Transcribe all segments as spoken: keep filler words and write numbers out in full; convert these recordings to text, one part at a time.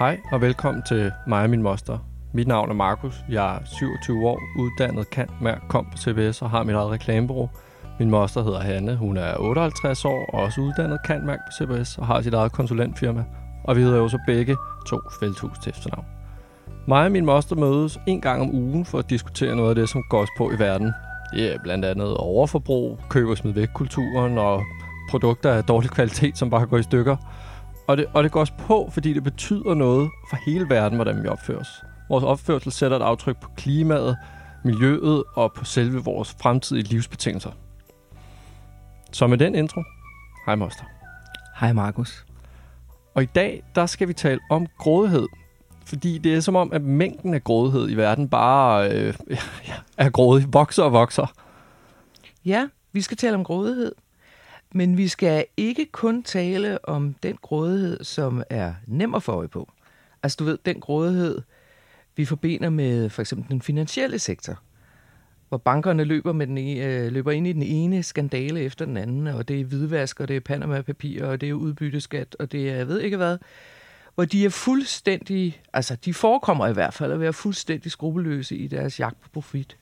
Hej og velkommen til mig og min moster. Mit navn er Markus. Jeg er syvogtyve år, uddannet cand.merc, kom på C B S og har mit eget reklamebureau. Min moster hedder Hanne. Hun er otteoghalvtreds år og også uddannet cand.merc på C B S og har sit eget konsulentfirma. Og vi hedder jo så begge to Feldthus til efternavn. Mig og min moster mødes en gang om ugen for at diskutere noget af det, som går os på i verden. Det er blandt andet overforbrug, køb og smid væk-kulturen og produkter af dårlig kvalitet, som bare går i stykker. Og det, og det går os på, fordi det betyder noget for hele verden, hvordan vi opfører os. Vores opførsel sætter et aftryk på klimaet, miljøet og på selve vores fremtidige livsbetingelser. Så med den intro, hej moster. Hej Markus. Og i dag, der skal vi tale om grådighed. Fordi det er som om, at mængden af grådighed i verden bare øh, er grådig, vokser og vokser. Ja, vi skal tale om grådighed. Men vi skal ikke kun tale om den grådighed, som er nem at få øje på. Altså du ved, den grådighed, vi forbinder med for eksempel den finansielle sektor, hvor bankerne løber, med den ene, løber ind i den ene skandale efter den anden, og det er hvidvask, og det er Panama-papir, og det er udbytteskat, og det er jeg ved ikke hvad, hvor de er fuldstændig, altså de forekommer i hvert fald at være fuldstændig skrupelløse i deres jagt på profit.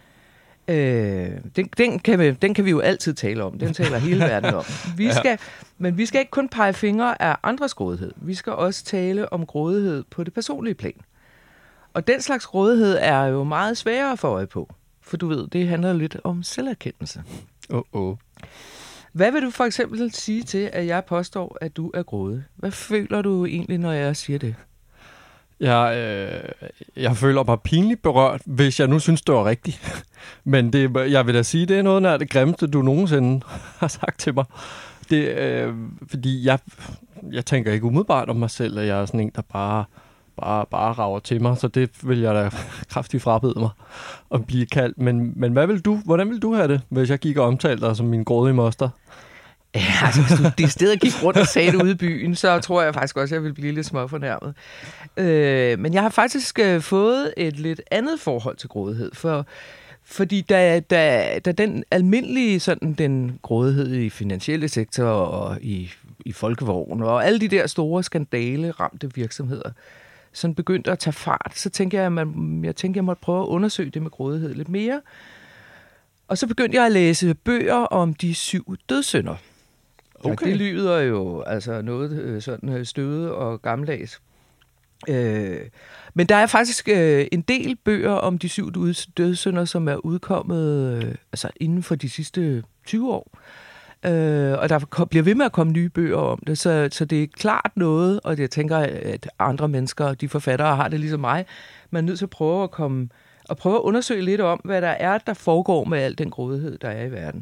Øh, den, den, kan vi, den kan vi jo altid tale om. Den taler hele verden om. Vi skal, ja. Men vi skal ikke kun pege fingre af andres grådighed. Vi skal også tale om grådighed på det personlige plan. Og den slags grådighed er jo meget sværere at få øje på. For du ved, det handler lidt om selverkendelse. Oh, oh. Hvad vil du for eksempel sige til, at jeg påstår, at du er grådig? Hvad føler du egentlig, når jeg siger det? Jeg, øh, jeg føler mig pinligt berørt, hvis jeg nu synes, det var rigtigt. Men det, jeg vil da sige, det er noget af det grimmeste, du nogensinde har sagt til mig. Det, øh, fordi jeg, jeg tænker ikke umiddelbart om mig selv, at jeg er sådan en, der bare, bare, bare rager til mig. Så det vil jeg da kraftigt frabede mig at blive kaldt. Men, men hvad vil du, hvordan vil du have det, hvis jeg gik og omtalte dig som min grådige moster? Ja, altså, hvis du det sted gik rundt og sagde det ude i byen, så tror jeg faktisk også, at jeg ville blive lidt småfornærmet. Øh, men jeg har faktisk øh, fået et lidt andet forhold til grådighed, for, fordi da, da, da den almindelige sådan, den grådighed i finansielle sektor og i, i folkevogn og alle de der store skandale ramte virksomheder, sådan begyndte at tage fart, så tænkte jeg, at man, jeg tænkte, jeg måtte prøve at undersøge det med grådighed lidt mere. Og så begyndte jeg at læse bøger om de syv dødssynder. Okay. Det lyder jo altså noget sådan støvet og gammeldags. Øh, men der er faktisk øh, en del bøger om de syv dødssynder, som er udkommet øh, altså inden for de sidste tyve år. Øh, og der bliver ved med at komme nye bøger om det, så, så det er klart noget, og jeg tænker, at andre mennesker, de forfattere, har det ligesom mig. Man er nødt til at prøve at komme og prøve at undersøge lidt om, hvad der er, der foregår med al den grådighed, der er i verden.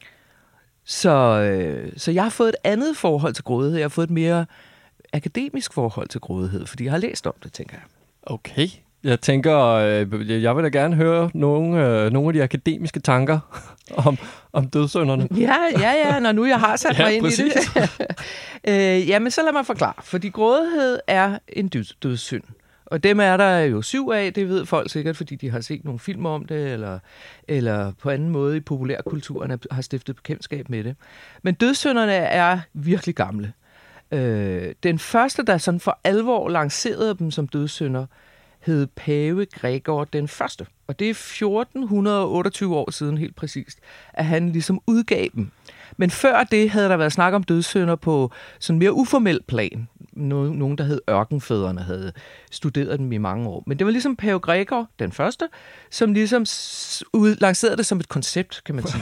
Så, øh, så jeg har fået et andet forhold til grådighed. Jeg har fået et mere akademisk forhold til grådighed, fordi jeg har læst om det, tænker jeg. Okay. Jeg tænker, øh, jeg vil da gerne høre nogle, øh, nogle af de akademiske tanker om, om dødssynderne. Ja, ja, ja, når nu jeg har sat ja, mig ind præcis. i det. øh, jamen, så lad mig forklare. Fordi grådighed er en døds, dødssynd. Og dem er der jo syv af, det ved folk sikkert, fordi de har set nogle film om det, eller, eller på anden måde i populærkulturen har stiftet bekendtskab med det. Men dødssynderne er virkelig gamle. Øh, den første, der sådan for alvor lancerede dem som dødssynder, hed Pave Gregor den første. Og det er fjorten otteogtyve år siden helt præcist, at han ligesom udgav dem. Men før det havde der været snak om dødssynder på sådan mere uformel plan. Nogen, der hed Ørkenfædrene, havde studeret dem i mange år. Men det var ligesom Pave Gregor den første, som ligesom lancerede det som et koncept, kan man sige.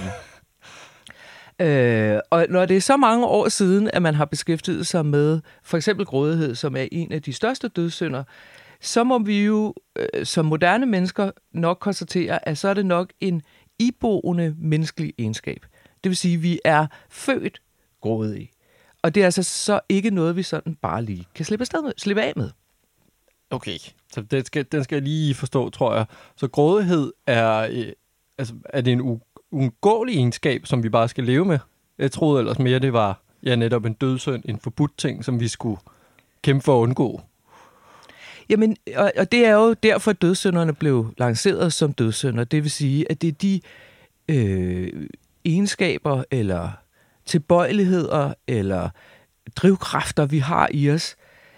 øh, og når det er så mange år siden, at man har beskæftiget sig med for eksempel grådighed, som er en af de største dødssynder, så må vi jo øh, som moderne mennesker nok konstatere, at så er det nok en iboende menneskelig egenskab. Det vil sige, at vi er født grådige. Og det er altså så ikke noget, vi sådan bare lige kan slippe, afsted med, slippe af med. Okay, så den skal, den skal jeg lige forstå, tror jeg. Så grådighed er, øh, altså, er det en uundgåelig egenskab, som vi bare skal leve med? Jeg troede ellers mere, det var ja, netop en dødssynd, en forbudt ting, som vi skulle kæmpe for at undgå. Jamen, og, og det er jo derfor, at dødssynderne blev lanceret som dødssynder. Det vil sige, at det er de øh, egenskaber eller tilbøjeligheder eller drivkræfter, vi har i os,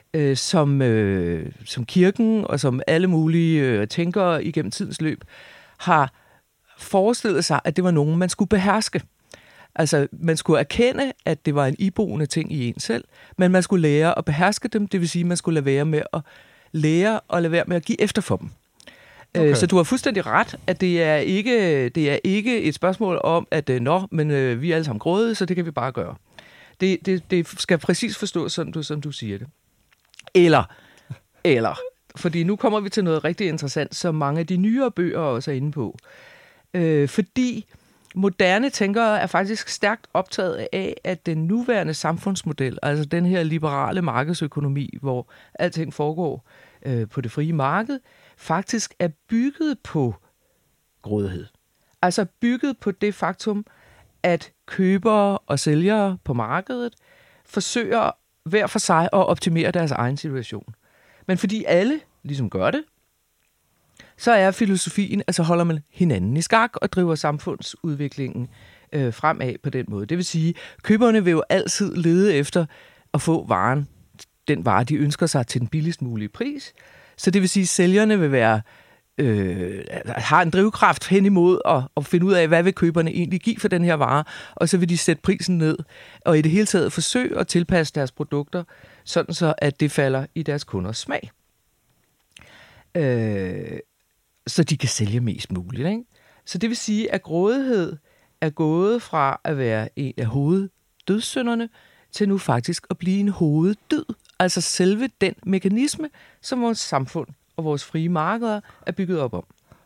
øh, som, øh, som kirken og som alle mulige øh, tænkere igennem tidens løb har forestillet sig, at det var nogen, man skulle beherske. Altså, man skulle erkende, at det var en iboende ting i en selv, men man skulle lære at beherske dem, det vil sige, at man skulle lade være med at lære og lade være med at give efter for dem. Okay. Så du har fuldstændig ret, at det er ikke, det er ikke et spørgsmål om, at nå, men øh, vi er alle sammen grådige, så det kan vi bare gøre. Det, det, det skal præcis forstås, som du, som du siger det. Eller, eller, fordi nu kommer vi til noget rigtig interessant, som mange af de nyere bøger også er inde på. Øh, fordi moderne tænkere er faktisk stærkt optaget af, at den nuværende samfundsmodel, altså den her liberale markedsøkonomi, hvor alting foregår øh, på det frie marked, faktisk er bygget på grådighed. Altså bygget på det faktum, at købere og sælgere på markedet forsøger hver for sig at optimere deres egen situation. Men fordi alle ligesom gør det, så er filosofien, altså holder man hinanden i skak og driver samfundsudviklingen øh, fremad på den måde. Det vil sige, køberne vil jo altid lede efter at få varen, den vare, de ønsker sig til den billigst mulige pris. Så det vil sige, at sælgerne vil være, øh, har en drivkraft hen imod at, at finde ud af, hvad vil køberne egentlig give for den her vare, og så vil de sætte prisen ned, og i det hele taget forsøge at tilpasse deres produkter, sådan så at det falder i deres kunders smag. Øh, så de kan sælge mest muligt, ikke? Så det vil sige, at grådighed er gået fra at være en af hoveddødssynderne, til nu faktisk at blive en hoveddød. Altså selve den mekanisme, som vores samfund og vores frie markeder er bygget op om.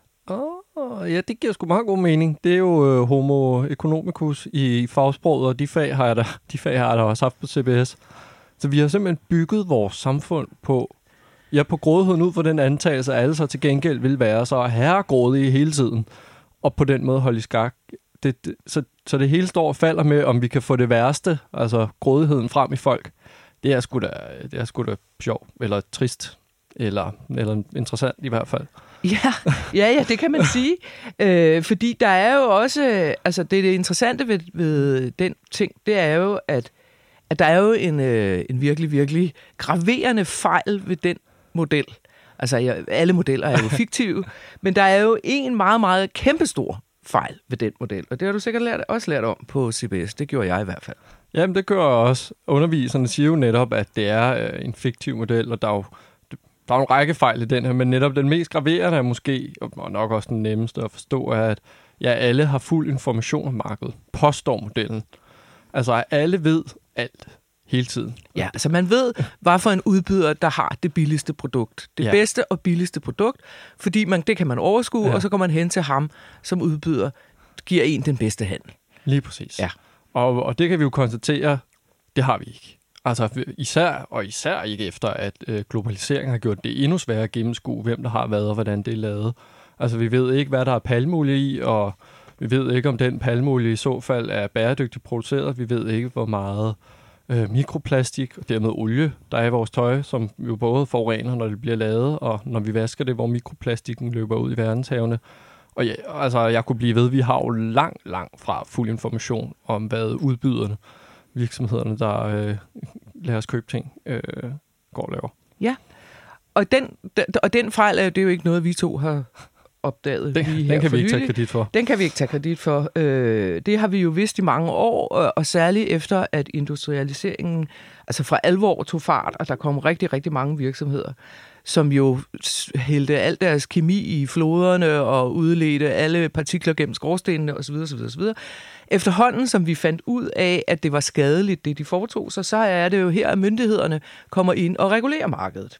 Oh, ja, det giver sgu meget god mening. Det er jo øh, homo economicus i fagsproget, og de fag har jeg da, de fag har jeg da også haft på C B S. Så vi har simpelthen bygget vores samfund på, ja, på grådigheden ud for den antagelse, at alle så til gengæld vil være så herregrådige hele tiden, og på den måde holde i skak. Det, det, så, så det hele står og falder med, om vi kan få det værste, altså grådigheden frem i folk. Det er sgu da, det er sgu da sjov, eller trist, eller, eller interessant i hvert fald. Ja, ja, ja, det kan man sige. Øh, fordi der er jo også, altså det, det interessante ved, ved den ting, det er jo, at, at der er jo en, øh, en virkelig, virkelig graverende fejl ved den model. Altså ja, alle modeller er jo fiktive, men der er jo en meget, meget kæmpestor fejl ved den model, og det har du sikkert lært, også lært om på C B S. Det gjorde jeg i hvert fald. Jamen, det gør også. Underviserne siger jo netop, at det er øh, en fiktiv model, og der er jo der er en række fejl i den her, men netop den mest graverende er måske, og nok også den nemmeste at forstå, er, at ja, alle har fuld information om markedet. Påstår modellen. Altså, at alle ved alt hele tiden. Ja, altså man ved, hvad for en udbyder, der har det billigste produkt. Det ja. bedste og billigste produkt, fordi man, det kan man overskue, ja. og så går man hen til ham, som udbyder, giver en den bedste handel. Lige præcis. Ja. Og, og det kan vi jo konstatere, det har vi ikke. Altså især, og især ikke efter, at øh, globaliseringen har gjort det endnu sværere at gennemskue, hvem der har hvad og hvordan det er lavet. Altså vi ved ikke, hvad der er palmeolie i, og vi ved ikke, om den palmeolie i så fald er bæredygtigt produceret. Vi ved ikke, hvor meget øh, mikroplastik og dermed olie, der er i vores tøj, som jo både forurener, når det bliver lavet, og når vi vasker det, hvor mikroplastikken løber ud i verdenshavene. Og ja, altså, jeg kunne blive ved, vi har jo langt, langt fra fuld information om, hvad udbyderne, virksomhederne, der øh, lader os købe ting, øh, går og laver. Ja, og den, den, og den fejl er jo, det er jo ikke noget, vi to har opdaget. Den, lige her den kan for vi ikke nylig. tage kredit for. Den kan vi ikke tage kredit for. Øh, det har vi jo vidst i mange år, og, og særligt efter, at industrialiseringen altså fra alvor tog fart, og der kom rigtig, rigtig mange virksomheder, som jo hældte al deres kemi i floderne og udledte alle partikler gennem skorstenene osv. osv., osv. Efterhånden, som vi fandt ud af, at det var skadeligt, det de foretog sig, så er det jo her, at myndighederne kommer ind og regulerer markedet.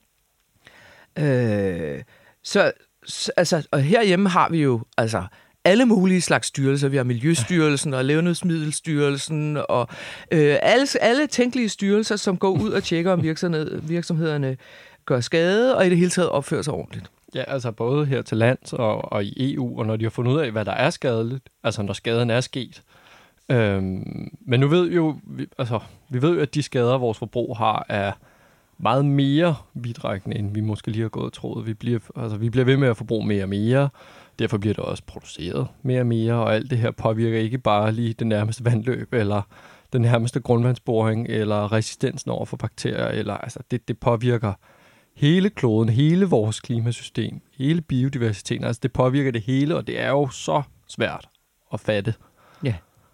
Øh, så, altså, og herhjemme har vi jo altså alle mulige slags styrelser. Vi har Miljøstyrelsen og Levnedsmiddelstyrelsen og øh, alle, alle tænkelige styrelser, som går ud og tjekker, om virksomhederne gør skade og i det hele taget opfører sig ordentligt. Ja, altså både her til lands og, og i E U, og når de har fundet ud af, hvad der er skadeligt, altså når skaden er sket. Øhm, men nu ved vi jo, vi, altså, vi ved jo, at de skader, vores forbrug har, er meget mere vidtrækkende, end vi måske lige har gået og troet. Vi bliver, altså, vi bliver ved med at forbruge mere og mere, derfor bliver det også produceret mere og mere, og alt det her påvirker ikke bare lige det nærmeste vandløb, eller den nærmeste grundvandsboring, eller resistensen over for bakterier, eller altså det, det påvirker hele kloden, hele vores klimasystem, hele biodiversiteten, altså det påvirker det hele, og det er jo så svært at fatte. Ja,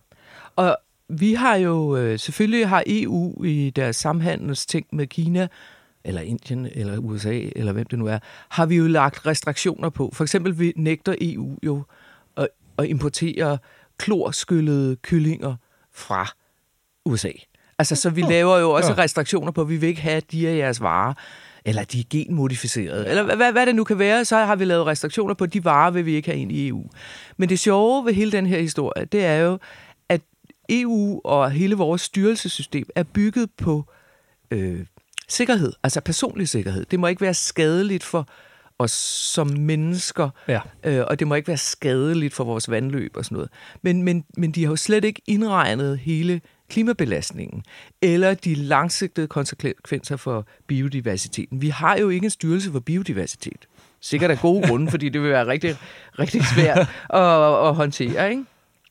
og vi har jo, øh, selvfølgelig har E U i deres samhandelsting med Kina, eller Indien, eller U S A, eller hvem det nu er, har vi jo lagt restriktioner på. For eksempel vi nægter E U jo at, at importere klorskyllede kyllinger fra U S A. Altså, så vi laver jo også ja. restriktioner på, at vi vil ikke have de af jeres varer, eller de er genmodificerede, eller hvad, hvad det nu kan være, så har vi lavet restriktioner på, de varer vil vi ikke have ind i E U. Men det sjove ved hele den her historie, det er jo, at E U og hele vores styrelsessystem er bygget på øh, sikkerhed, altså personlig sikkerhed. Det må ikke være skadeligt for os som mennesker, ja. øh, og det må ikke være skadeligt for vores vandløb og sådan noget. Men, men, men de har jo slet ikke indregnet hele klimabelastningen, eller de langsigtede konsekvenser for biodiversiteten. Vi har jo ikke en styrelse for biodiversitet. Sikkert af gode grunde, fordi det vil være rigtig, rigtig svært at, at håndtere, ikke?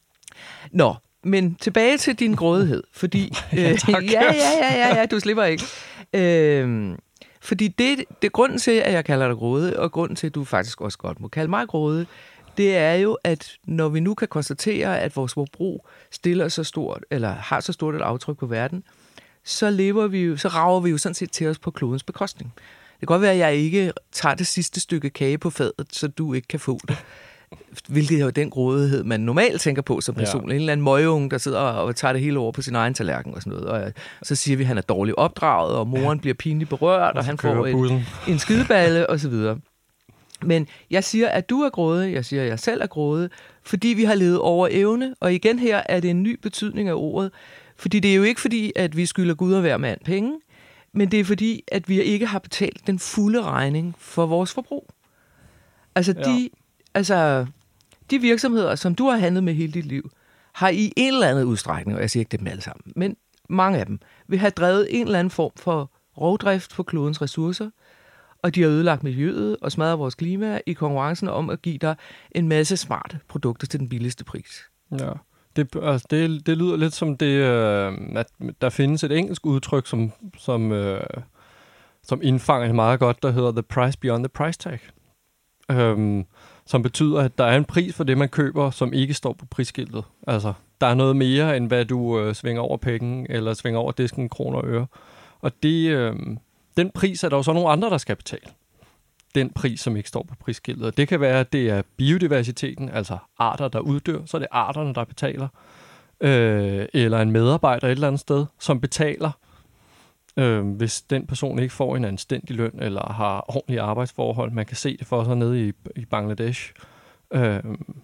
Nå, men tilbage til din grådighed, fordi... ja, øh, ja, ja, ja, ja, ja, du slipper ikke. Øh, fordi det, det er grunden til, at jeg kalder dig grådig, og grunden til, at du faktisk også godt må kalde mig grådig, det er jo, at når vi nu kan konstatere, at vores forbrug stiller så stort, eller har så stort et aftryk på verden, så lever vi jo, så rager vi jo sådan set til os på klodens bekostning. Det kan godt være, at jeg ikke tager det sidste stykke kage på fadet, så du ikke kan få det. Hvilket er jo den grådighed, man normalt tænker på som person. Ja. En eller anden møgeunge, der sidder og tager det hele over på sin egen tallerken og sådan noget. Og så siger vi, at han er dårligt opdraget, og moren ja. bliver pinligt berørt, og, og han får en, en skideballe og så videre. Men jeg siger, at du er grådig, jeg siger, at jeg selv er grådig, fordi vi har levet over evne, og igen her er det en ny betydning af ordet, fordi det er jo ikke fordi, at vi skylder Gud og hver mand penge, men det er fordi, at vi ikke har betalt den fulde regning for vores forbrug. Altså, ja. de, altså de virksomheder, som du har handlet med hele dit liv, har i en eller anden udstrækning, og jeg siger ikke dem alle sammen, men mange af dem, vil have drevet en eller anden form for rovdrift på klodens ressourcer, og de har ødelagt miljøet og smadret vores klima i konkurrencen om at give dig en masse smarte produkter til den billigste pris. Ja, det, altså det, det lyder lidt som det, øh, at der findes et engelsk udtryk, som, som, øh, som indfanger det meget godt, der hedder The Price Beyond the Price Tag. Øhm, som betyder, at der er en pris for det, man køber, som ikke står på prisskiltet. Altså, der er noget mere, end hvad du øh, svinger over penge, eller svinger over disken kroner og øre. Og det... Øh, Den pris er der jo så nogle andre, der skal betale. Den pris, som ikke står på prisskiltet. Og det kan være, at det er biodiversiteten, altså arter, der uddør, så er det arterne, der betaler. Øh, eller en medarbejder et eller andet sted, som betaler, øh, hvis den person ikke får en anstændig løn, eller har ordentlige arbejdsforhold. Man kan se det for sig nede i, i Bangladesh. Øh,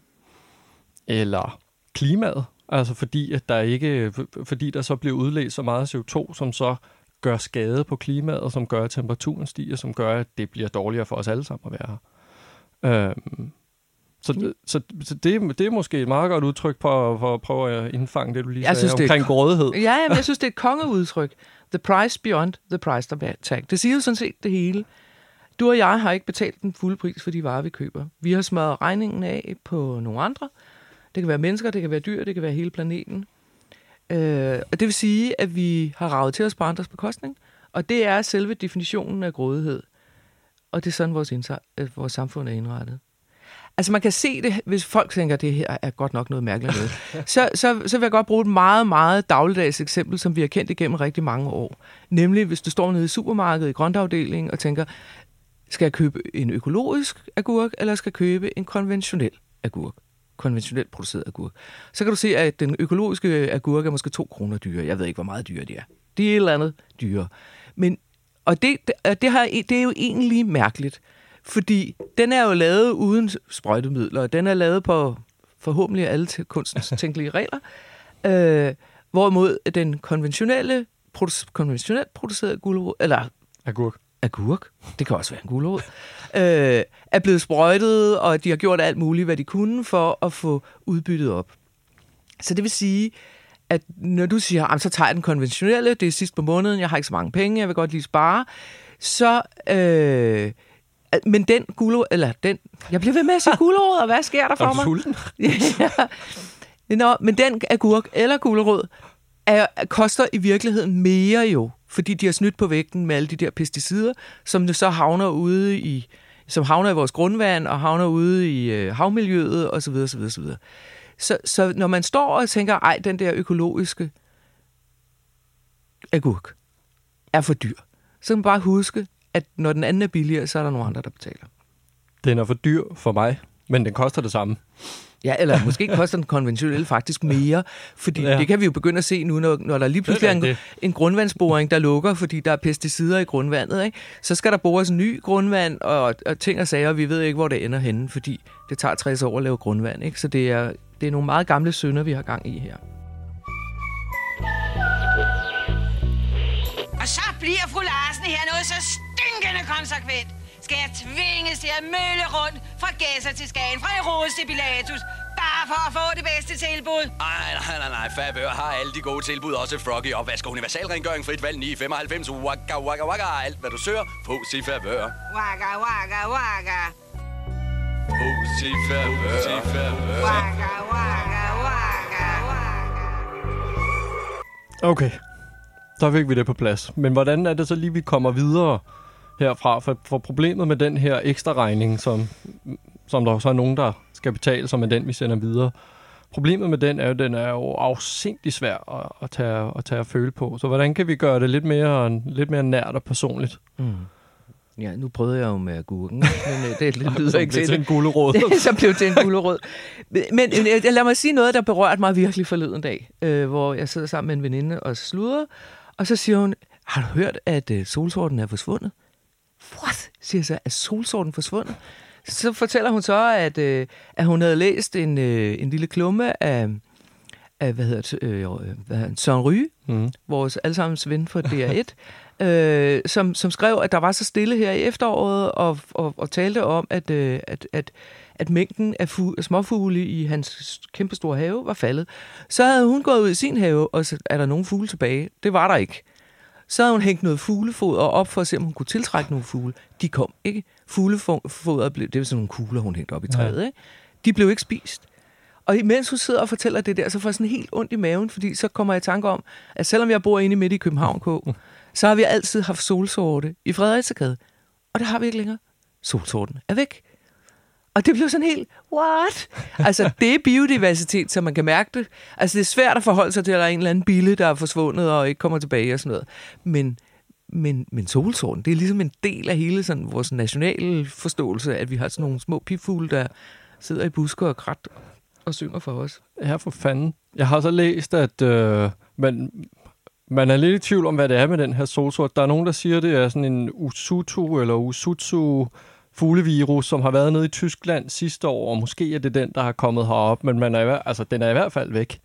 eller klimaet. Altså fordi, at der ikke, fordi der så bliver udledt så meget C O to, som så gør skade på klimaet, som gør, at temperaturen stiger, som gør, at det bliver dårligere for os alle sammen at være her. Øhm, så mm. så, så det, det er måske et meget godt udtryk på, for at prøve at indfange det, du lige jeg sagde synes, omkring grådighed. Ja, jamen, jeg synes, det er et kongeudtryk. The price beyond the price tag. Det siger jo sådan set det hele. Du og jeg har ikke betalt den fulde pris for de varer, vi køber. Vi har smadret regningen af på nogle andre. Det kan være mennesker, det kan være dyr, det kan være hele planeten. Øh, og det vil sige, at vi har raget til os på andres bekostning, og det er selve definitionen af grådighed. Og det er sådan, vores, indsat, vores samfund er indrettet. Altså man kan se det, hvis folk tænker, at det her er godt nok noget mærkeligt noget. så, så, så vil jeg godt bruge et meget, meget dagligdags eksempel, som vi har kendt igennem rigtig mange år. Nemlig, hvis du står nede i supermarkedet i grøntafdelingen og tænker, skal jeg købe en økologisk agurk, eller skal jeg købe en konventionel agurk? konventionelt produceret agurk. Så kan du se, at den økologiske agurk er måske to kroner dyre. Jeg ved ikke, hvor meget dyre de er. Det er et eller andet dyre. Men, og det, det, det, har, det er jo egentlig mærkeligt, fordi den er jo lavet uden sprøjtemidler, og den er lavet på forhåbentlig alle til kunstens tænkelige regler. Øh, hvorimod den konventionelle, produ- konventionelt producerede gulerod, eller agurk, agurk, det kan også være en gulerod, øh, er blevet sprøjtet, og de har gjort alt muligt, hvad de kunne, for at få udbyttet op. Så det vil sige, at når du siger, så tager jeg den konventionelle, det er sidst på måneden, jeg har ikke så mange penge, jeg vil godt lige spare, så... Øh, men den gulerod, eller den... Jeg bliver ved med at sige gulerod, og hvad sker der for mig? Er du sulten? Ja. Nå, men den agurk eller gulerod er, koster i virkeligheden mere jo, fordi de har snydt på vægten med alle de der pesticider, som det så havner ude i, som havner i vores grundvand og havner ude i øh, havmiljøet osv. osv., osv. Så, så når man står og tænker, ej, den der økologiske agurk er for dyr, så kan man bare huske, at når den anden er billigere, så er der nogle andre, der betaler. Den er for dyr for mig, men den koster det samme. Ja, eller måske koster den konventionelle faktisk mere, fordi ja. det kan vi jo begynde at se nu, når, når der lige pludselig er en, en grundvandsboring, der lukker, fordi der er pesticider i grundvandet, ikke? Så skal der bores en ny grundvand, og, og ting og sager, og vi ved ikke, hvor det ender henne, fordi det tager tres år at lave grundvand, ikke? Så det er, det er nogle meget gamle synder, vi har gang i her. Og så bliver fru Larsen her noget så stinkende konsekvent. Skal jeg tvinges til at mølle rundt fra Gæsser til Skagen, fra Herodes til Pilatus, bare for at få det bedste tilbud? Nej, nej, nej, nej. Favør har alle de gode tilbud, også Froggy opvask og universalrengøring, frit valg ni femoghalvfems, waka, waka, waka, alt hvad du søger, på sig Favør. Waka, waka, waka. På sig Favør. Waka, waka, waka, waka. Okay, så fik vi det på plads. Men hvordan er det så lige, vi kommer videre herfra? For, for problemet med den her ekstra regning, som, som der så er nogen, der skal betale, som er den, vi sender videre. Problemet med den er jo, den er jo afsindig svær at, at, tage, at tage at føle på. Så hvordan kan vi gøre det lidt mere, lidt mere nært og personligt? Mm. Ja, nu prøvede jeg jo med agurken, men det, det lyder ikke til en gulerod. Så blev det til en gulerod. Men, men lad mig sige noget, der berørte mig virkelig forleden dag, øh, hvor jeg sidder sammen med en veninde og sluder, og så siger hun, har du hørt, at øh, solsorten er forsvundet? What? Siger jeg så, er solsorten forsvundet? Så fortæller hun så, at, øh, at hun havde læst en, øh, en lille klumme af, af hvad hedder det, øh, hvad hedder det, Søren Ryge, mm. vores allesammens ven for D R et, øh, som, som skrev, at der var så stille her i efteråret, og, og, og talte om, at, øh, at, at, at mængden af fu- småfugle i hans kæmpestore have var faldet. Så havde hun gået ud i sin have, og så er der nogle fugle tilbage. Det var der ikke. Så havde hun hængt noget fuglefoder op for at se, om hun kunne tiltrække nogle fugle. De kom ikke. Fuglefoder blev, det var sådan nogle kugler, hun hængte op i træet, ikke? De blev ikke spist. Og imens hun sidder og fortæller det der, så får jeg sådan helt ondt i maven, fordi så kommer jeg i tanke om, at selvom jeg bor inde midt i København K, så har vi altid haft solsorte i Frederiksgade. Og det har vi ikke længere. Solsorten er væk. Og det blev sådan helt, what? Altså, det er biodiversitet, så man kan mærke det. Altså, det er svært at forholde sig til, at der er en eller anden bille, der er forsvundet og ikke kommer tilbage og sådan noget. Men, men, men solsorten, det er ligesom en del af hele sådan, vores nationale forståelse, at vi har sådan nogle små pipfugle, der sidder i busker og krat og synger for os. Ja, for fanden. Jeg har så læst, at øh, man, man er lidt i tvivl om, hvad det er med den her solsort. Der er nogen, der siger, det er sådan en Usutu eller Usutsu fuglevirus, som har været nede i Tyskland sidste år, og måske er det den, der har kommet herop, men man er, altså, den er i hvert fald væk.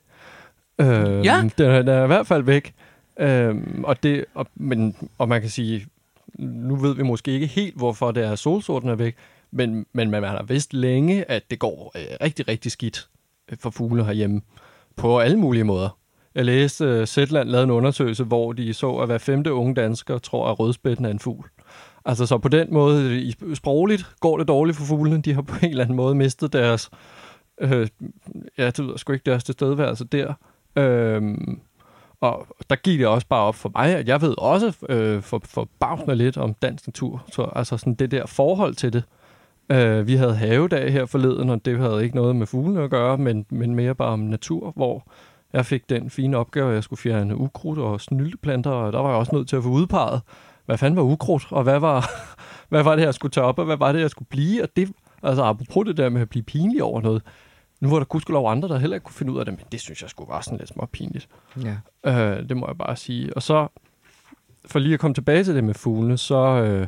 Øh, ja. Den er, den er i hvert fald væk. Øh, og, det, og, men, og man kan sige, nu ved vi måske ikke helt, hvorfor det er, solsorten er væk, men, men man har vidst længe, at det går øh, rigtig, rigtig skidt for fugle herhjemme på alle mulige måder. Jeg læste, uh, Zetland lavede en undersøgelse, hvor de så, at hver femte unge dansker tror, at rødspætten er en fugl. Altså så på den måde, i sprogligt går det dårligt for fuglene. De har på en eller anden måde mistet deres, øh, ja, det ved sgu ikke, deres tilstedeværelse der. Øhm, og der gik det også bare op for mig, at jeg ved også øh, for, for bagsende lidt om dansk natur. Så altså sådan det der forhold til det. Øh, vi havde havedag her forleden, og det havde ikke noget med fuglene at gøre, men, men mere bare om natur, hvor jeg fik den fine opgave, at jeg skulle fjerne ukrudt og snylteplanter, og der var jeg også nødt til at få udpeget, hvad fanden var ukrudt, og hvad var, hvad var det, jeg skulle tage op, og hvad var det, jeg skulle blive, og det, altså apropos det der med at blive pinlig over noget, nu var der gudskelov andre, der heller ikke kunne finde ud af det, men det synes jeg skulle være sådan lidt små pinligt. Ja. Øh, det må jeg bare sige. Og så, for lige at komme tilbage til det med fuglene, så, øh,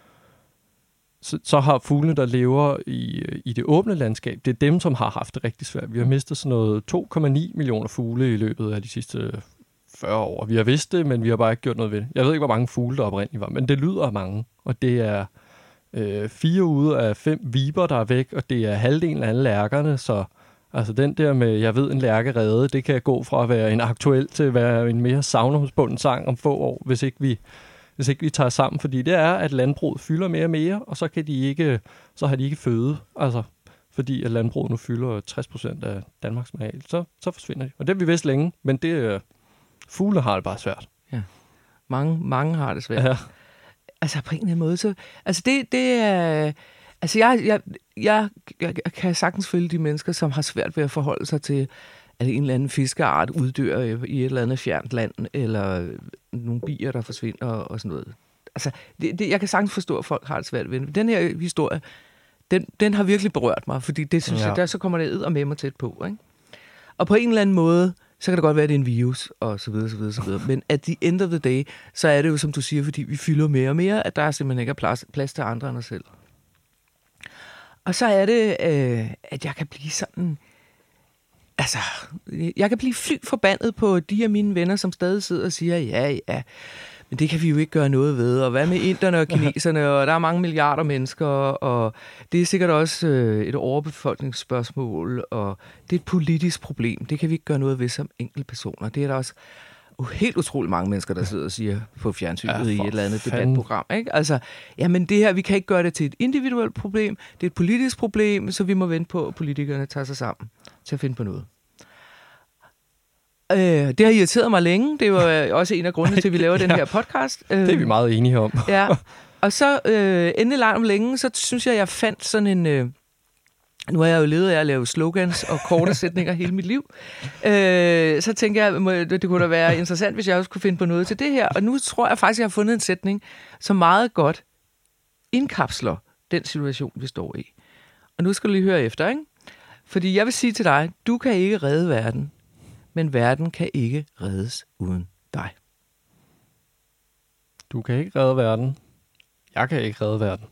så, så har fuglene, der lever i, i det åbne landskab, det er dem, som har haft det rigtig svært. Vi har mistet sådan noget to komma ni millioner fugle i løbet af de sidste fyrre år. Vi har vidst det, men vi har bare ikke gjort noget ved det. Jeg ved ikke, hvor mange fugle der oprindeligt var, men det lyder af mange. Og det er øh, fire ude af fem viber, der er væk, og det er halvdelen af alle lærkerne, så altså den der med, jeg ved en lærkerede, det kan gå fra at være en aktuel til at være en mere savnomsbunden sang om få år, hvis ikke vi hvis ikke vi tager sammen, fordi det er, at landbruget fylder mere og mere, og så kan de ikke, så har de ikke føde, altså fordi at landbruget nu fylder tres procent af Danmarks areal, så, så forsvinder de. Og det har vi vidst længe, men det, Fugle har det bare svært. Ja. Mange, mange har det svært. Ja. Altså på en eller anden måde, så... Altså det, det er... Altså jeg, jeg, jeg, jeg kan sagtens følge de mennesker, som har svært ved at forholde sig til, at en eller anden fiskeart uddør i et eller andet fjernt land, eller nogle bier, der forsvinder og sådan noget. Altså, det, det, jeg kan sagtens forstå, at folk har det svært ved det. Den her historie, den, den har virkelig berørt mig, fordi det synes ja. jeg, der så kommer det ed og med mig tæt på, ikke? Og på en eller anden måde, så kan det godt være, at det er en virus, og så videre, så videre, så videre. Men at the end of the day, så er det jo, som du siger, fordi vi fylder mere og mere, at der simpelthen ikke er plads, plads til andre end os selv. Og så er det, øh, at jeg kan blive sådan... Altså, jeg kan blive fly forbandet på de af mine venner, som stadig sidder og siger, ja, ja, men det kan vi jo ikke gøre noget ved. Og hvad med inderne og kineserne, og der er mange milliarder mennesker, og det er sikkert også øh, et overbefolkningsspørgsmål, og det er et politisk problem. Det kan vi ikke gøre noget ved som enkeltpersoner. Det er der også uh, helt utroligt mange mennesker, der sidder og siger på fjernsynet ja, i et eller andet fanden. debatprogram. Ikke? Altså, jamen det her, vi kan ikke gøre det til et individuelt problem, det er et politisk problem, så vi må vente på, at politikerne tager sig sammen til at finde på noget. Øh, det har irriteret mig længe. Det var også en af grundene til, at vi laver ja, den her podcast. Øh, det er vi meget enige om. ja. Og så øh, endelig langt om længe, så synes jeg, jeg fandt sådan en... Øh, nu har jeg jo levet af at lave slogans og korte sætninger hele mit liv. Øh, så tænker jeg, må, det kunne da være interessant, hvis jeg også kunne finde på noget til det her. Og nu tror jeg faktisk, jeg har fundet en sætning, som meget godt indkapsler den situation, vi står i. Og nu skal du lige høre efter, ikke? Fordi jeg vil sige til dig, du kan ikke redde verden, men verden kan ikke reddes uden dig. Du kan ikke redde verden. Jeg kan ikke redde verden.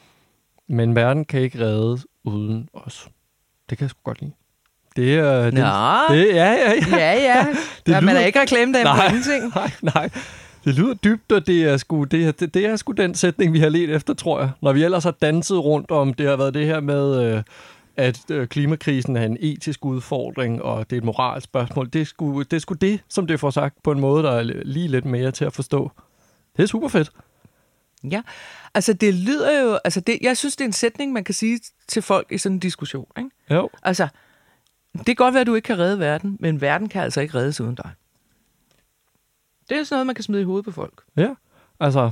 Men verden kan ikke reddes uden os. Det kan jeg sgu godt lide. Det er... Det, det, ja, ja, ja. Ja, ja. Det ja, lyder, man er ikke reklamedag på ingenting. Nej, nej. Det lyder dybt, og det er, sgu, det, er, det, det er sgu den sætning, vi har let efter, tror jeg. Når vi ellers har danset rundt om, det har været det her med... Øh, at øh, klimakrisen er en etisk udfordring, og det er et moralsk spørgsmål. Det er, sgu, det er sgu det, som det får sagt på en måde, der er lige lidt mere til at forstå. Det er super fedt. Ja, altså det lyder jo... Altså det, jeg synes, det er en sætning, man kan sige til folk i sådan en diskussion. Ikke? Jo. Altså, det kan godt være, at du ikke kan redde verden, men verden kan altså ikke reddes uden dig. Det er sådan noget, man kan smide i hovedet på folk. Ja, altså...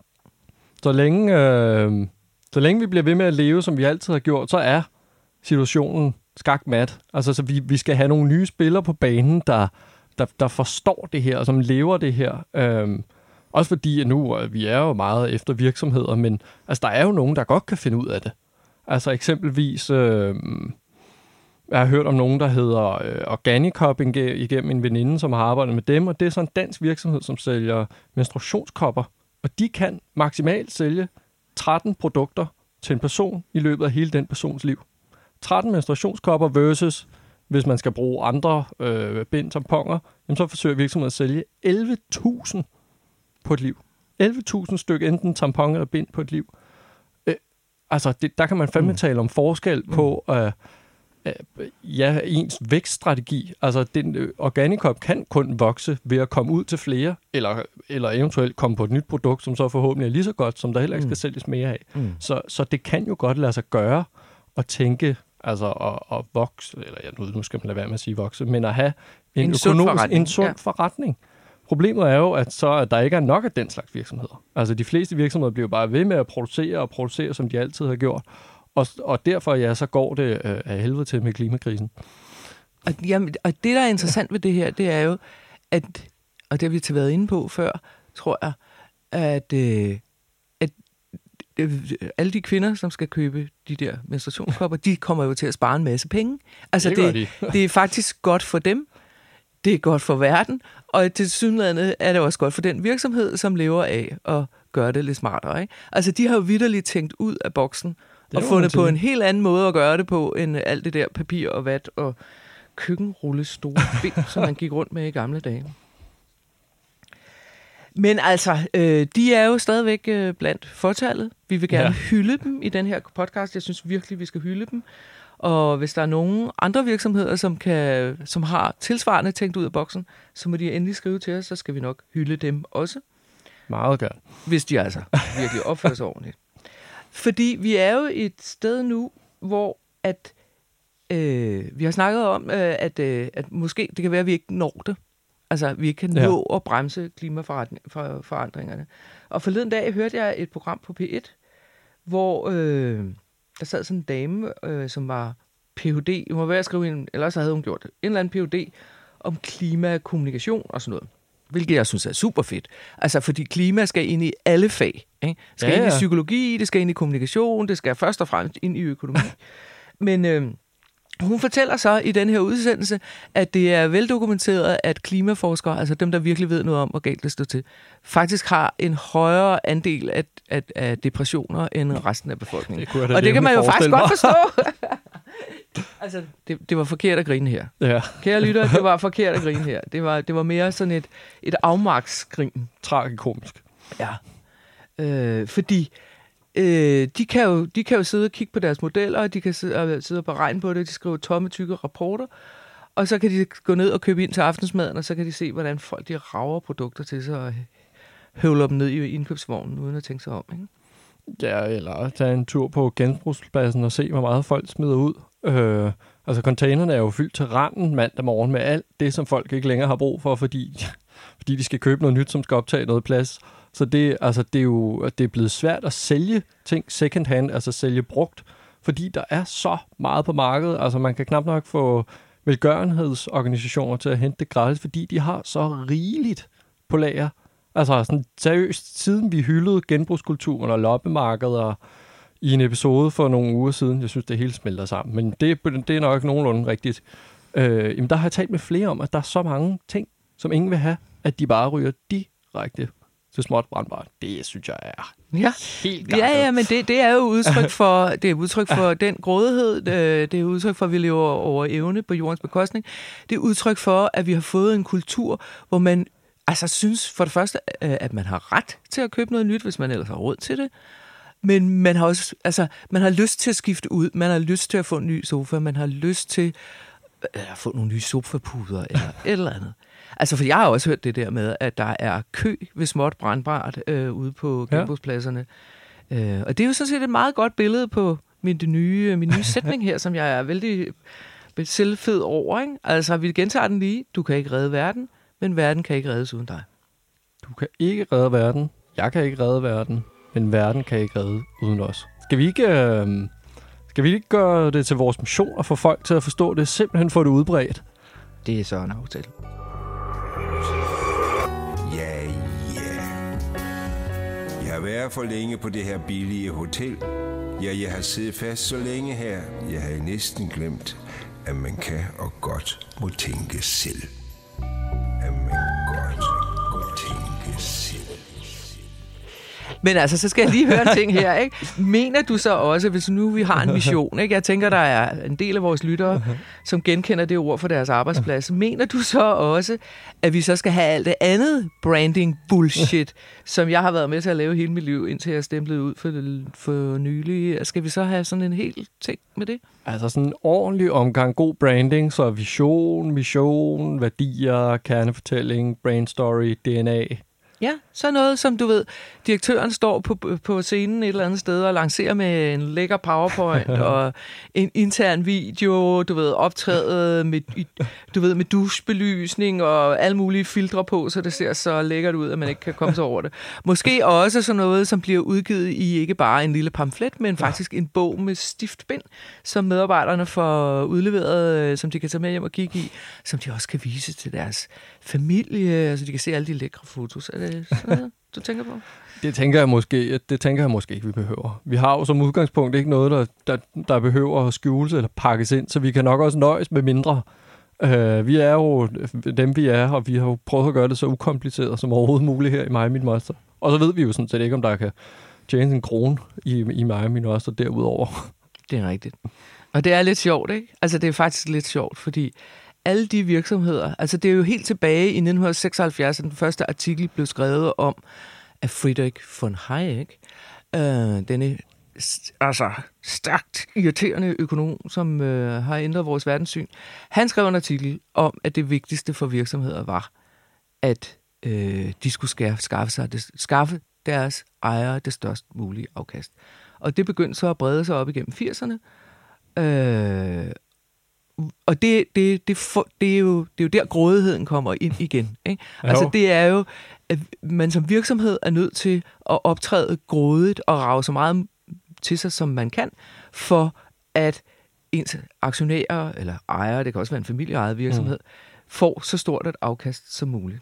Så længe, øh, så længe vi bliver ved med at leve, som vi altid har gjort, så er situationen skakmat. Altså, så vi, vi skal have nogle nye spillere på banen, der, der, der forstår det her, og som lever det her. Øhm, også fordi, at nu, vi er jo meget efter virksomheder, men altså, der er jo nogen, der godt kan finde ud af det. Altså eksempelvis, øh, jeg har hørt om nogen, der hedder øh, Organicop igennem en veninde, som har arbejdet med dem, og det er sådan en dansk virksomhed, som sælger menstruationskopper, og de kan maksimalt sælge tretten produkter til en person i løbet af hele den persons liv. tretten menstruationskopper versus, hvis man skal bruge andre øh, bind tamponer, jamen så forsøger virksomheden at sælge elleve tusind på et liv. elleve tusind stykker enten tampon eller bind på et liv. Øh, altså, det, der kan man fandme mm. tale om forskel på øh, øh, ja, ens vækststrategi. Altså, den øh, Organicop kan kun vokse ved at komme ud til flere, eller, eller eventuelt komme på et nyt produkt, som så forhåbentlig er lige så godt, som der heller ikke skal mm. sælges mere af. Mm. Så, så det kan jo godt lade sig gøre at tænke, altså at, at vokse, eller ja, nu skal man lade være med at sige vokse, men at have en, en økonomisk, sund en sund ja. forretning. Problemet er jo, at så at der ikke er nok af den slags virksomheder. Altså de fleste virksomheder bliver bare ved med at producere og producere, som de altid har gjort. Og, og derfor, ja, så går det øh, af helvede til med klimakrisen. Og, jamen, og det, der er interessant ved det her, det er jo, at, og det har vi til været inde på før, tror jeg, at, øh, at øh, alle de kvinder, som skal købe de der menstruationskopper, de kommer jo til at spare en masse penge. Altså, det, det, de. det er faktisk godt for dem. Det er godt for verden, og til synligheden er det også godt for den virksomhed, som lever af at gøre det lidt smartere. Ikke? Altså, de har jo vitterligt tænkt ud af boksen og fundet på en helt anden måde at gøre det på, end alt det der papir og vat og køkkenrulle store bind, som man gik rundt med i gamle dage. Men altså, øh, de er jo stadigvæk øh, blandt fortallet. Vi vil gerne ja. hylde dem i den her podcast. Jeg synes virkelig, vi skal hylde dem. Og hvis der er nogen andre virksomheder, som, kan, som har tilsvarende tænkt ud af boksen, så må de endelig skrive til os, så skal vi nok hylde dem også. Meget godt. Hvis de altså virkelig opfører sig ordentligt. Fordi vi er jo et sted nu, hvor at, øh, vi har snakket om, øh, at, øh, at måske det kan være, at vi ikke når det. Altså, vi kan Ja. nå at bremse klimaforandringerne. Og forleden dag hørte jeg et program på P et, hvor øh, der sad sådan en dame, øh, som var P H D. Hun var ved at skrive en, ellers havde hun gjort det. En eller anden P H D om klimakommunikation og sådan noget. Hvilket jeg synes er super fedt. Altså, fordi klima skal ind i alle fag. Ikke? Det skal Ja, ind i ja. psykologi, det skal ind i kommunikation, det skal først og fremmest ind i økonomi. Men øh, hun fortæller så i den her udsendelse, at det er veldokumenteret, at klimaforskere, altså dem, der virkelig ved noget om, hvor galt det står til, faktisk har en højere andel af, af, af depressioner end resten af befolkningen. Det kunne jeg da og det kan man jo faktisk forestille godt mig. forstå. Altså, det, det var forkert at grine her. Ja, Kære lytter, det var forkert at grine her. Det var, det var mere sådan et, et afmarksgrin. tragikomisk. Ja. Øh, fordi øh, de, kan jo, de kan jo sidde og kigge på deres modeller, og de kan sidde og, sidde og beregne på det, de skriver tomme, tykke rapporter, og så kan de gå ned og købe ind til aftensmaden, og så kan de se, hvordan folk de rager produkter til sig og høvler dem ned i indkøbsvognen, uden at tænke sig om. Ikke? Ja, eller tage en tur på genbrugspladsen og se, hvor meget folk smider ud. Øh, altså, containerne er jo fyldt til randen mandag morgen med alt det, som folk ikke længere har brug for, fordi, fordi de skal købe noget nyt, som skal optage noget plads. Så det, altså, det er jo det er blevet svært at sælge ting second hand, altså sælge brugt, fordi der er så meget på markedet. Altså, man kan knap nok få velgørenhedsorganisationer til at hente det gratis, fordi de har så rigeligt på lager. Altså, sådan seriøst, siden vi hyldede genbrugskulturen og loppemarkeder i en episode for nogle uger siden, jeg synes, det hele smelter sammen, men det, det er nok nogenlunde rigtigt. Øh, jamen, der har jeg talt med flere om, at der er så mange ting, som ingen vil have, at de bare ryger direkte til småt brandbart. Det synes jeg er Ja. helt Ja, ja, men det, det er jo udtryk for, det er udtryk for den grådighed, det er udtryk for, at vi lever over evne på jordens bekostning. Det er udtryk for, at vi har fået en kultur, hvor man altså synes for det første, at man har ret til at købe noget nyt, hvis man ellers har råd til det. Men man har også, altså, man har lyst til at skifte ud, man har lyst til at få en ny sofa, man har lyst til at få nogle nye sofapuder eller et eller andet. Altså, for jeg har også hørt det der med, at der er kø ved småt brandbart øh, ude på genbrugspladserne. Ja. Øh, og det er jo sådan set et meget godt billede på min nye, min nye sætning her, som jeg er vældig selvfed over. Ikke? Altså, vi gentager den lige. Du kan ikke redde verden, men verden kan ikke reddes uden dig. Du kan ikke redde verden, jeg kan ikke redde verden, men verden kan ikke redde uden os. Skal vi ikke, øh, skal vi ikke gøre det til vores mission og få folk til at forstå det, simpelthen få det udbredt? Det er så en aftale. Ja, ja. Jeg har været for længe på det her billige hotel. Ja, jeg har siddet fast så længe her. Jeg havde næsten glemt, at man kan og godt må tænke selv. At man godt må tænke selv. Men altså, så skal jeg lige høre en ting her, ikke? Mener du så også, hvis nu vi har en mission, ikke? Jeg tænker, der er en del af vores lyttere, som genkender det ord for deres arbejdsplads. Mener du så også, at vi så skal have alt det andet branding bullshit, som jeg har været med til at lave hele mit liv, indtil jeg stemplede ud for, for nylig? Skal vi så have sådan en hel ting med det? Altså sådan en ordentlig omgang god branding, så vision, mission, værdier, kernefortælling, brand story, D N A. Ja, så noget, som du ved, direktøren står på, på scenen et eller andet sted og lancerer med en lækker PowerPoint og en intern video, du ved, optrædet med, du ved, med douchebelysning og alle mulige filtre på, så det ser så lækkert ud, at man ikke kan komme sig over det. Måske også sådan noget, som bliver udgivet i ikke bare en lille pamflet, men faktisk en bog med stift bind, som medarbejderne får udleveret, som de kan tage med hjem og kigge i, som de også kan vise til deres familie, altså de kan se alle de lækre fotos. Er det sådan noget, du tænker på? Det tænker jeg måske, det tænker jeg måske ikke, vi behøver. Vi har jo som udgangspunkt ikke noget, der, der, der behøver at skjules eller pakkes ind, så vi kan nok også nøjes med mindre. Uh, vi er jo dem, vi er, og vi har jo prøvet at gøre det så ukompliceret som overhovedet muligt her i Mig og Min Moster. Og så ved vi jo sådan set ikke, om der kan tjene en krone i, i Mig og Min Moster derudover. Det er rigtigt. Og det er lidt sjovt, ikke? Altså, det er faktisk lidt sjovt, fordi alle de virksomheder, altså det er jo helt tilbage i nitten seksoghalvfjerds, at den første artikel blev skrevet om af Friedrich von Hayek, øh, denne altså stærkt irriterende økonom, som øh, har ændret vores verdenssyn. Han skrev en artikel om, at det vigtigste for virksomheder var, at øh, de skulle skaffe, skaffe, sig det, skaffe deres ejere det størst mulige afkast. Og det begyndte så at brede sig op igennem firserne, øh, og det, det, det, for, det, er jo, det er jo der, grådigheden kommer ind igen. Ikke? Altså, det er jo, at man som virksomhed er nødt til at optræde grådigt og rage så meget til sig, som man kan, for at ens aktionærer eller ejere, det kan også være en familieejet virksomhed, mm. får så stort et afkast som muligt.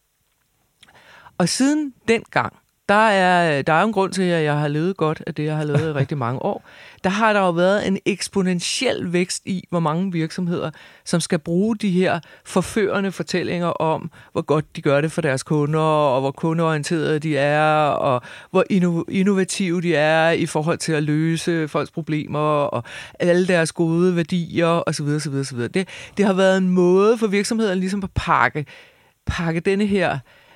Og siden dengang, der er, der er jo en grund til, at jeg har levet godt af det, jeg har levet i rigtig mange år. Der har der jo været en eksponentiel vækst i, hvor mange virksomheder, som skal bruge de her forførende fortællinger om, hvor godt de gør det for deres kunder, og hvor kundeorienterede de er, og hvor innovative de er i forhold til at løse folks problemer, og alle deres gode værdier, osv. osv., osv. Det, det har været en måde for virksomhederne ligesom at pakke, pakke denne her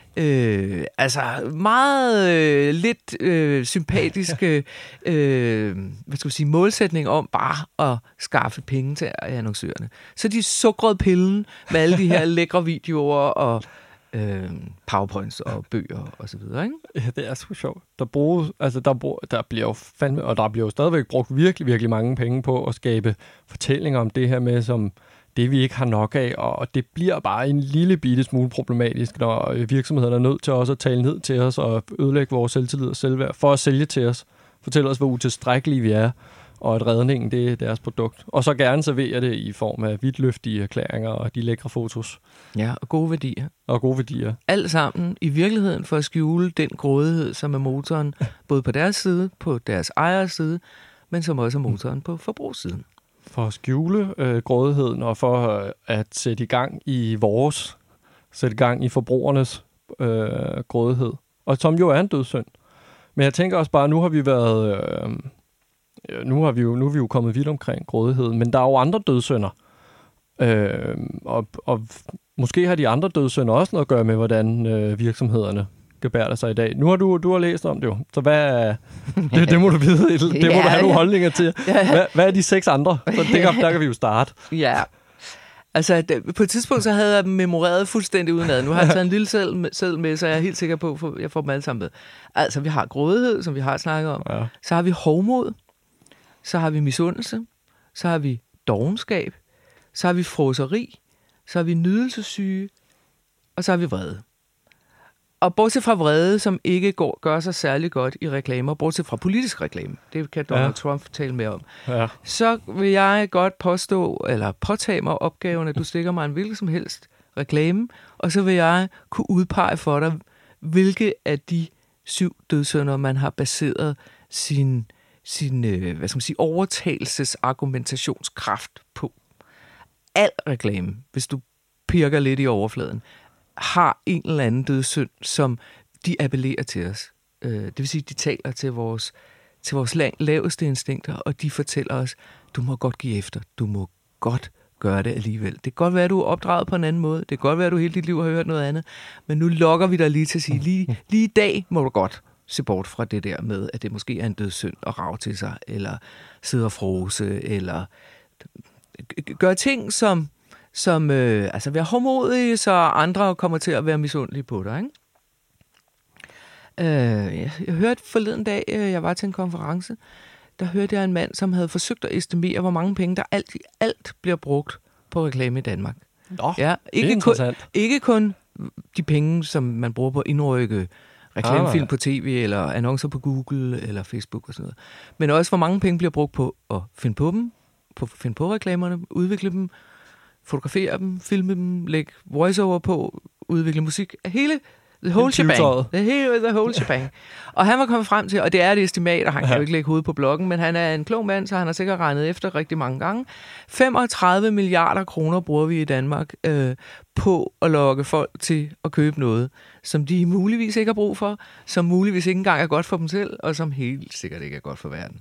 Øh, altså meget øh, lidt øh, sympatiske øh, hvad skal jeg sige, målsætning om bare at skaffe penge til annoncørerne. Så de sukrede pillen med alle de her lækre videoer og øh, powerpoints og bøger og så videre, ikke? Ja, det er så sjovt. Der bruges, altså der, bruger, der bliver jo fandme, og der bliver jo stadigvæk brugt virkelig, virkelig mange penge på at skabe fortællinger om det her med, som det vi ikke har nok af, og det bliver bare en lille bitte smule problematisk, når virksomhederne er nødt til også at tale ned til os og ødelægge vores selvtillid og selvværd for at sælge til os, fortælle os, hvor utilstrækkelige vi er, og at redningen, det er deres produkt. Og så gerne servere det i form af vidtløftige erklæringer og de lækre fotos. Ja, og gode værdier. Og gode værdier. Alt sammen i virkeligheden for at skjule den grådighed, som er motoren, både på deres side, på deres ejers side, men som også er motoren på forbrugssiden. For at skjule øh, grådigheden, og for øh, at sætte i gang i vores, sætte i gang i forbrugernes øh, grådighed. Og som jo er en dødssynd. Men jeg tænker også bare, nu har vi været, øh, nu har vi jo, nu er vi jo kommet vidt omkring grådigheden, men der er jo andre dødssynder. Øh, og, og måske har de andre dødssynder også noget at gøre med, hvordan øh, virksomhederne gebærder sig i dag. Nu har du, du har læst om det jo, så hvad det, det må du vide, det må ja, du have nogle holdninger til. Hvad, hvad er de seks andre? Så det kan, der kan vi jo starte. Ja, altså på et tidspunkt så havde jeg memoreret fuldstændig udenad. Nu har jeg taget en lille seddel med, så jeg er helt sikker på, at jeg får dem alle sammen med. Altså vi har grådighed, som vi har snakket om. Ja. Så har vi hovmod, så har vi misundelse, så har vi dovenskab, så har vi fråseri, så har vi nydelsessyge, og så har vi vrede. Og bortset fra vrede, som ikke går, gør sig særlig godt i reklamer, bortset fra politisk reklame, det kan Donald ja. Trump tale mere om, ja. Så vil jeg godt påstå, eller påtage mig opgaven, at du stikker mig en hvilken som helst reklame, og så vil jeg kunne udpege for dig, hvilke af de syv dødssynder, man har baseret sin, sin hvad skal man sige, overtagelsesargumentationskraft på. Al reklame, hvis du pirker lidt i overfladen, har en eller anden dødssynd, som de appellerer til os. Det vil sige, de taler til vores, til vores laveste instinkter, og de fortæller os, du må godt give efter, du må godt gøre det alligevel. Det kan godt være, at du er opdraget på en anden måde, det kan godt være, at du hele dit liv har hørt noget andet, men nu lokker vi dig lige til at sige, lige, lige i dag må du godt se bort fra det der med, at det måske er en dødssynd at rage til sig, eller sidde og frose, eller gøre ting, som som øh, altså være hårdmodige, så andre kommer til at være misundelige på dig, ikke? Øh, jeg, jeg hørte forleden dag, øh, jeg var til en konference, der hørte jeg en mand, som havde forsøgt at estimere, hvor mange penge, der alt, alt bliver brugt på reklame i Danmark. Nå, ja, ikke, det er kun, ikke kun de penge, som man bruger på at indrykke reklamefilm ah, på tv, eller annoncer på Google, eller Facebook og sådan noget. Men også, hvor mange penge bliver brugt på at finde på dem, på finde på reklamerne, udvikle dem, fotografere dem, filme dem, lægge voiceover på, udvikle musik. Hele the whole shebang. The, hele, the whole shebang. Og han var kommet frem til, og det er et estimat, og han kan jo ikke lægge hovedet på bloggen, men han er en klog mand, så han har sikkert regnet efter rigtig mange gange. femogtredive milliarder kroner bruger vi i Danmark øh, på at lokke folk til at købe noget, som de muligvis ikke har brug for, som muligvis ikke engang er godt for dem selv, og som helt sikkert ikke er godt for verden.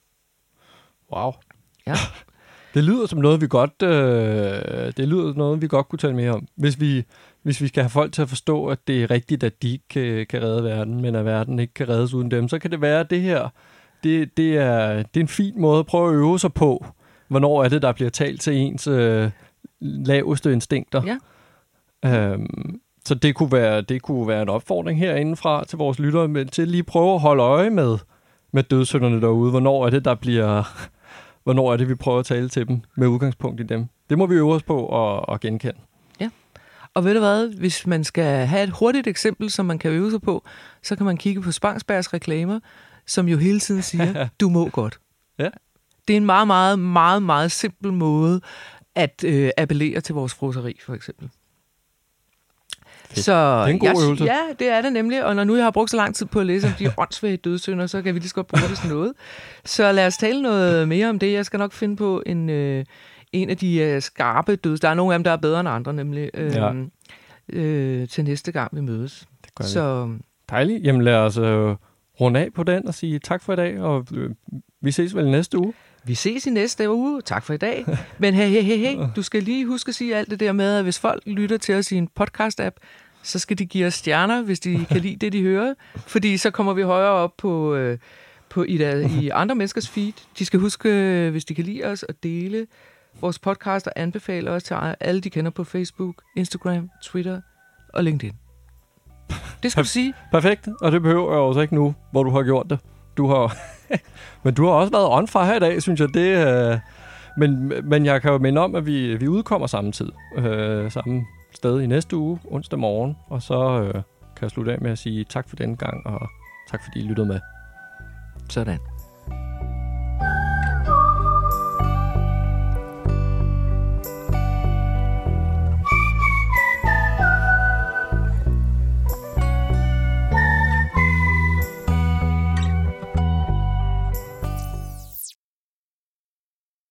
Wow. Ja. Det lyder som noget, vi godt, øh, det lyder noget, vi godt kunne tale mere om. Hvis vi, hvis vi skal have folk til at forstå, at det er rigtigt, at de ikke kan, kan redde verden, men at verden ikke kan reddes uden dem, så kan det være, at det her, det, det, er, det er en fin måde at prøve at øve sig på, hvornår er det, der bliver talt til ens øh, laveste instinkter. Ja. Øhm, så det kunne, være, det kunne være en opfordring herindefra til vores lyttere, men til lige prøve at holde øje med, med dødssynderne derude. Hvornår er det, der bliver... hvornår er det, vi prøver at tale til dem med udgangspunkt i dem. Det må vi øve os på at, at genkende. Ja. Og ved du hvad, hvis man skal have et hurtigt eksempel, som man kan øve sig på, så kan man kigge på Spangsbergs reklamer, som jo hele tiden siger, du må godt. Ja. Det er en meget, meget, meget, meget simpel måde at øh, appellere til vores froseri, for eksempel. Fedt. Så det er en god jeg, øvelse. Ja, det er det nemlig. Og når nu jeg har brugt så lang tid på at læse om de åndssvage dødssynder, så kan vi lige så godt bruge det sådan noget. Så lad os tale noget mere om det. Jeg skal nok finde på en, øh, en af de øh, skarpe døds. Der er nogle af dem, der er bedre end andre, nemlig øh, Ja. øh, til næste gang vi mødes. Det gør vi. Så Dejligt. Jamen lad os øh, runde af på den og sige tak for i dag, og øh, vi ses vel næste uge. vi ses i næste uge. Tak for i dag. Men hey, hey, hey, hey, du skal lige huske at sige alt det der med, at hvis folk lytter til os i en podcast-app, så skal de give os stjerner, hvis de kan lide det, de hører. Fordi så kommer vi højere op på, øh, på i, der, i andre menneskers feed. De skal huske, øh, hvis de kan lide os, at dele vores podcast og anbefale os til alle, de kender på Facebook, Instagram, Twitter og LinkedIn. Det skal du sige. Perfekt, og det behøver jeg også ikke nu, hvor du har gjort det. Du har, men du har også været on fire i dag, synes jeg. Det, øh, men, men jeg kan jo minde om, at vi, vi udkommer samme tid, øh, samme sted i næste uge, onsdag morgen. Og så øh, kan jeg slutte af med at sige tak for denne gang, og tak fordi I lyttede med. Sådan.